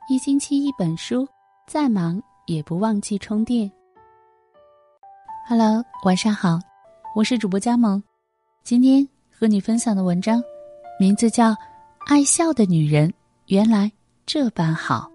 一星期一本书，再忙也不忘记充电。Hello， 晚上好，我是主播佳萌。今天和你分享的文章名字叫《爱笑的女人原来这般好》。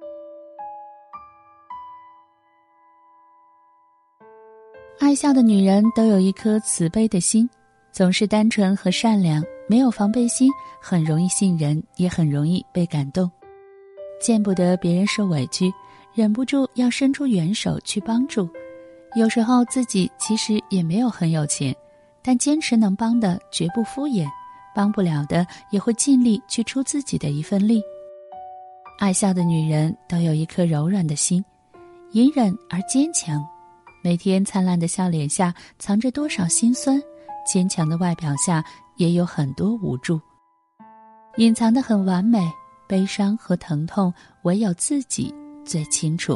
爱笑的女人都有一颗慈悲的心，总是单纯和善良，没有防备心，很容易信任，也很容易被感动。见不得别人受委屈，忍不住要伸出援手去帮助。有时候自己其实也没有很有钱，但坚持能帮的绝不敷衍，帮不了的也会尽力去出自己的一份力。爱笑的女人都有一颗柔软的心，隐忍而坚强。每天灿烂的笑脸下藏着多少心酸，坚强的外表下也有很多无助。隐藏得很完美，悲伤和疼痛唯有自己最清楚。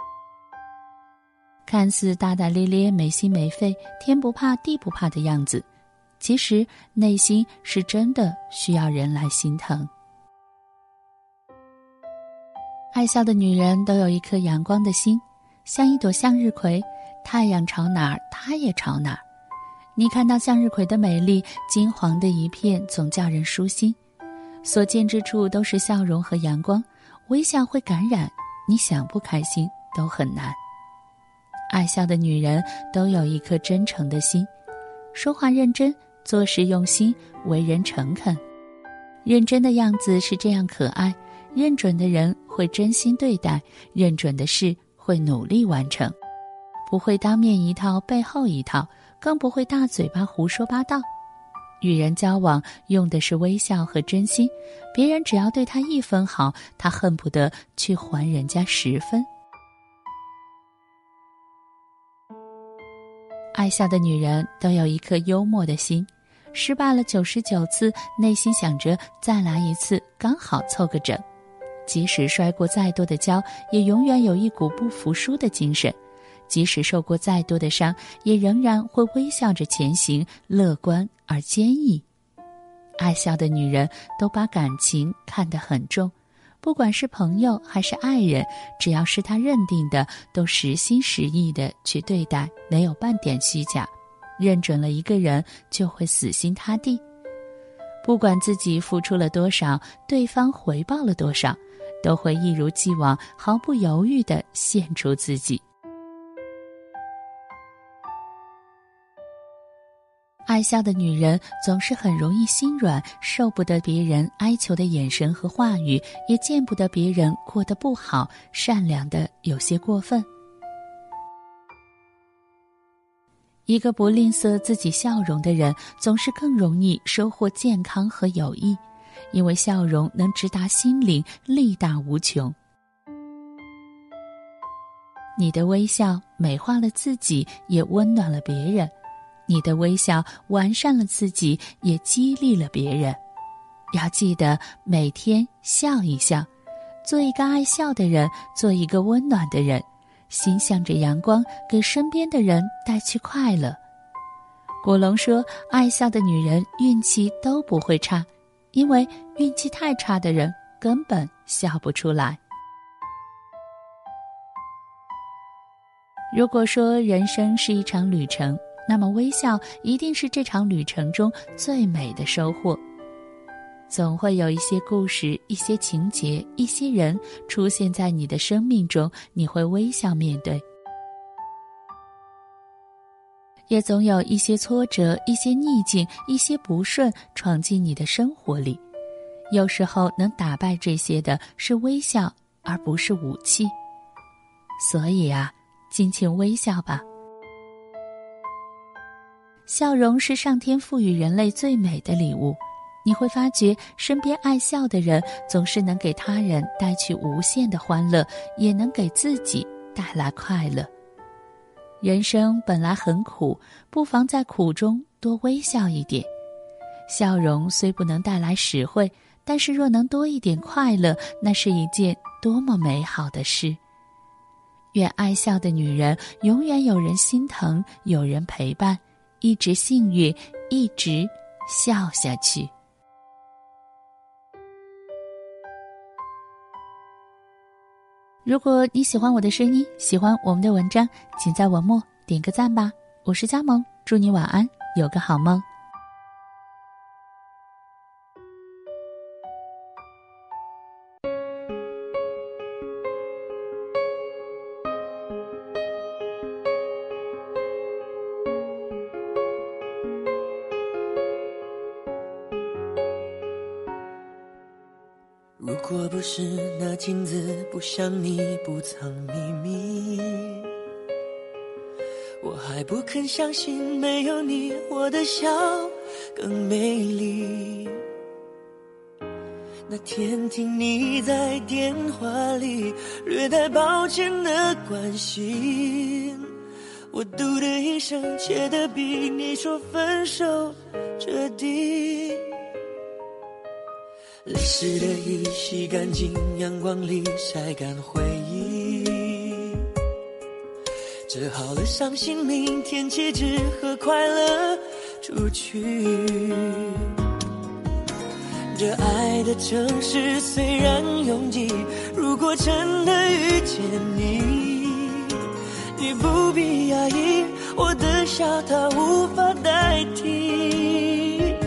看似大大咧咧、没心没肺、天不怕地不怕的样子，其实内心是真的需要人来心疼。爱笑的女人都有一颗阳光的心，像一朵向日葵，太阳朝哪儿，她也朝哪儿。你看到向日葵的美丽，金黄的一片，总叫人舒心。所见之处都是笑容和阳光，微笑会感染，你想不开心都很难。爱笑的女人都有一颗真诚的心，说话认真，做事用心，为人诚恳。认真的样子是这样可爱，认准的人会真心对待，认准的事会努力完成，不会当面一套背后一套，更不会大嘴巴胡说八道。与人交往用的是微笑和真心，别人只要对他1分好，他恨不得去还人家10分。爱笑的女人都有一颗幽默的心，失败了99次，内心想着再来一次，刚好凑个整。即使摔过再多的跤，也永远有一股不服输的精神。即使受过再多的伤，也仍然会微笑着前行，乐观而坚毅。爱笑的女人都把感情看得很重，不管是朋友还是爱人，只要是她认定的，都实心实意的去对待，没有半点虚假。认准了一个人，就会死心塌地。不管自己付出了多少，对方回报了多少，都会一如既往，毫不犹豫地献出自己。爱笑的女人总是很容易心软，受不得别人哀求的眼神和话语，也见不得别人过得不好，善良的有些过分。一个不吝啬自己笑容的人，总是更容易收获健康和友谊，因为笑容能直达心灵，力大无穷。你的微笑美化了自己，也温暖了别人。你的微笑完善了自己，也激励了别人。要记得每天笑一笑，做一个爱笑的人，做一个温暖的人，心向着阳光，给身边的人带去快乐。古龙说，爱笑的女人运气都不会差，因为运气太差的人根本笑不出来。如果说人生是一场旅程，那么微笑一定是这场旅程中最美的收获。总会有一些故事，一些情节，一些人出现在你的生命中，你会微笑面对。也总有一些挫折，一些逆境，一些不顺闯进你的生活里。有时候能打败这些的是微笑，而不是武器。所以啊，尽情微笑吧。笑容是上天赋予人类最美的礼物，你会发觉身边爱笑的人总是能给他人带去无限的欢乐，也能给自己带来快乐。人生本来很苦，不妨在苦中多微笑一点。笑容虽不能带来实惠，但是若能多一点快乐，那是一件多么美好的事。愿爱笑的女人永远有人心疼，有人陪伴，一直幸运，一直笑下去。 如果你喜欢我的声音，喜欢我们的文章，请在文末点个赞吧。我是佳萌，祝你晚安，有个好梦。 如果不是那镜子不像你不藏秘密，我还不肯相信没有你我的笑更美丽。那天听你在电话里略带抱歉的关心，我嘟的一声，切得比你说分手彻底。泪湿的衣洗干净，阳光里晒干回忆，折好了伤心，明天起只和快乐出去。这爱的城市虽然拥挤，如果真的遇见你，你不必压抑，我的笑它无法代替。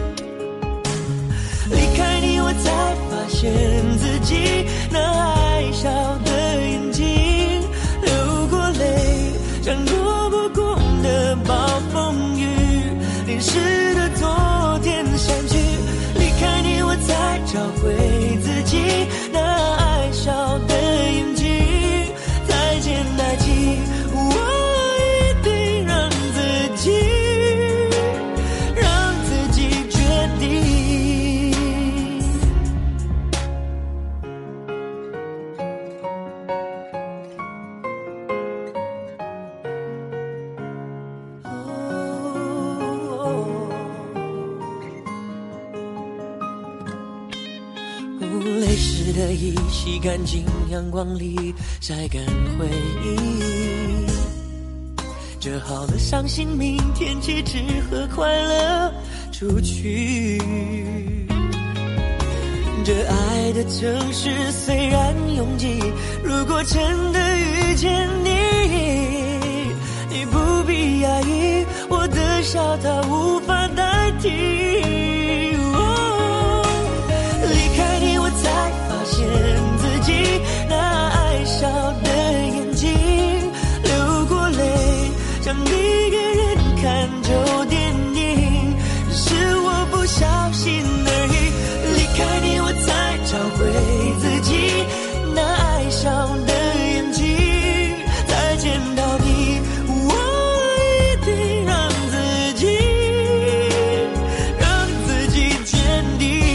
离开你我才发现自己那爱笑的眼睛，流过泪像躲不过的暴风雨，淋湿的昨天散去。离开你我才找回自己那爱笑的眼睛，再见爱情，我一定让自己决定。泪湿的衣洗干净，阳光里晒干回忆，折好了伤心，明天起只和快乐出去。这爱的城市虽然拥挤，如果真的遇见你，你不必压抑，我的笑它无法代替。才发现自己那爱笑的眼睛，流过泪像一个人看旧电影，是我不小心而已。离开你我才找回自己那爱笑的眼睛，再见到你我一定让自己坚定。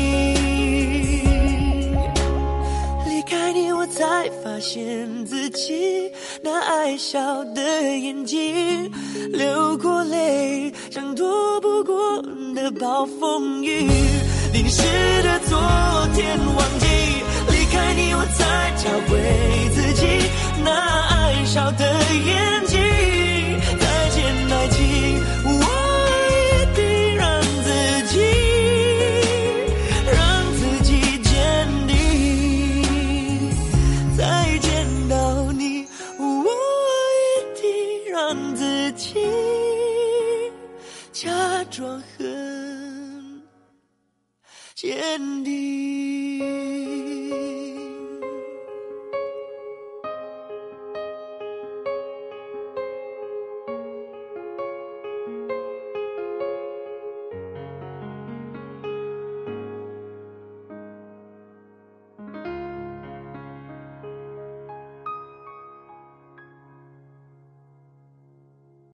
才发现自己那爱笑的眼睛，流过泪像躲不过的暴风雨，淋湿的昨天忘记。离开你我才找回自己那爱笑的眼睛，再见爱情，我一定让自己坚定。再见到你，我一定让自己假装很坚定。